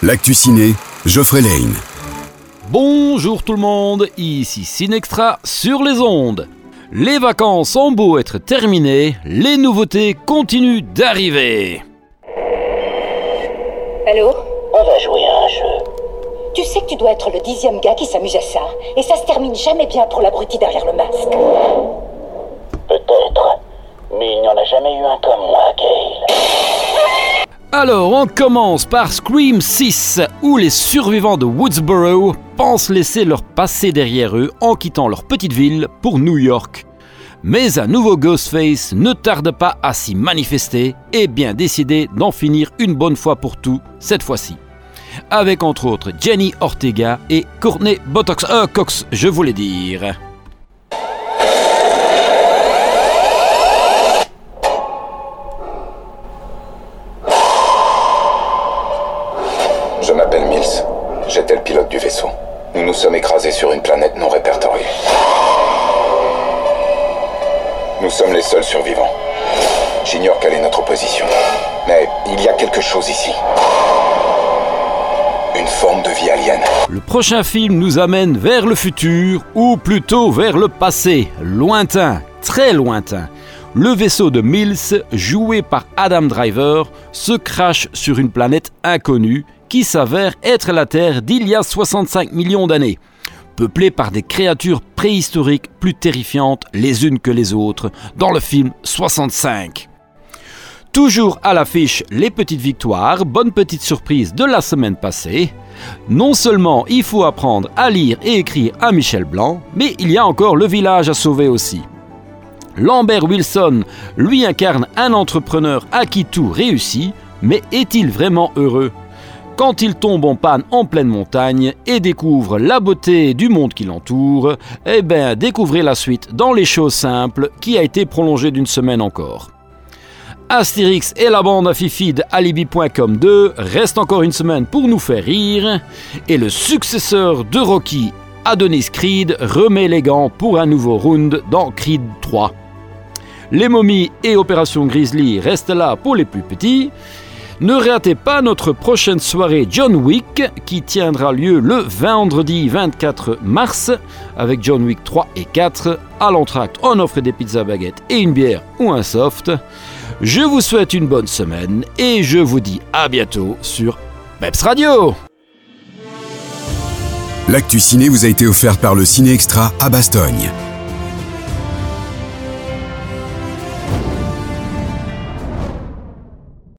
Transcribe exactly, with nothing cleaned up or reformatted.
L'actu ciné, Geoffrey Lane. Bonjour tout le monde, ici Cinextra sur les ondes. Les vacances ont beau être terminées, les nouveautés continuent d'arriver. Allô? On va jouer à un jeu. Tu sais que tu dois être le dixième gars qui s'amuse à ça. Et ça se termine jamais bien pour l'abruti derrière le masque. Peut-être. Mais il n'y en a jamais eu un comme moi, Gail. Alors on commence par Scream six, où les survivants de Woodsboro pensent laisser leur passé derrière eux en quittant leur petite ville pour New York. Mais un nouveau Ghostface ne tarde pas à s'y manifester et bien décidé d'en finir une bonne fois pour tout cette fois-ci. Avec entre autres Jenny Ortega et Courtney Botox, euh, Cox, je voulais dire. Je m'appelle Mills. J'étais le pilote du vaisseau. Nous nous sommes écrasés sur une planète non répertoriée. Nous sommes les seuls survivants. J'ignore quelle est notre position. Mais il y a quelque chose ici. Une forme de vie alien. Le prochain film nous amène vers le futur, ou plutôt vers le passé, lointain, très lointain. Le vaisseau de Mills, joué par Adam Driver, se crache sur une planète inconnue qui s'avère être la Terre d'il y a soixante-cinq millions d'années, peuplée par des créatures préhistoriques plus terrifiantes les unes que les autres dans le film soixante-cinq. Toujours à l'affiche les petites victoires, bonne petite surprise de la semaine passée. Non seulement il faut apprendre à lire et écrire à Michel Blanc, mais il y a encore le village à sauver aussi. Lambert Wilson, lui, incarne un entrepreneur à qui tout réussit, mais est-il vraiment heureux ? Quand il tombe en panne en pleine montagne et découvre la beauté du monde qui l'entoure, eh bien, découvrez la suite dans Les Choses Simples, qui a été prolongée d'une semaine encore. Astérix et la bande à Fifi de Alibi point com deux reste encore une semaine pour nous faire rire, et le successeur de Rocky, Adonis Creed, remet les gants pour un nouveau round dans Creed trois. Les Momies et Opération Grizzly restent là pour les plus petits. Ne ratez pas notre prochaine soirée John Wick qui tiendra lieu le vendredi vingt-quatre mars avec John Wick trois et quatre. À l'entracte, on offre des pizzas baguettes et une bière ou un soft. Je vous souhaite une bonne semaine et je vous dis à bientôt sur Peps Radio. L'actu ciné vous a été offerte par le Ciné Extra à Bastogne.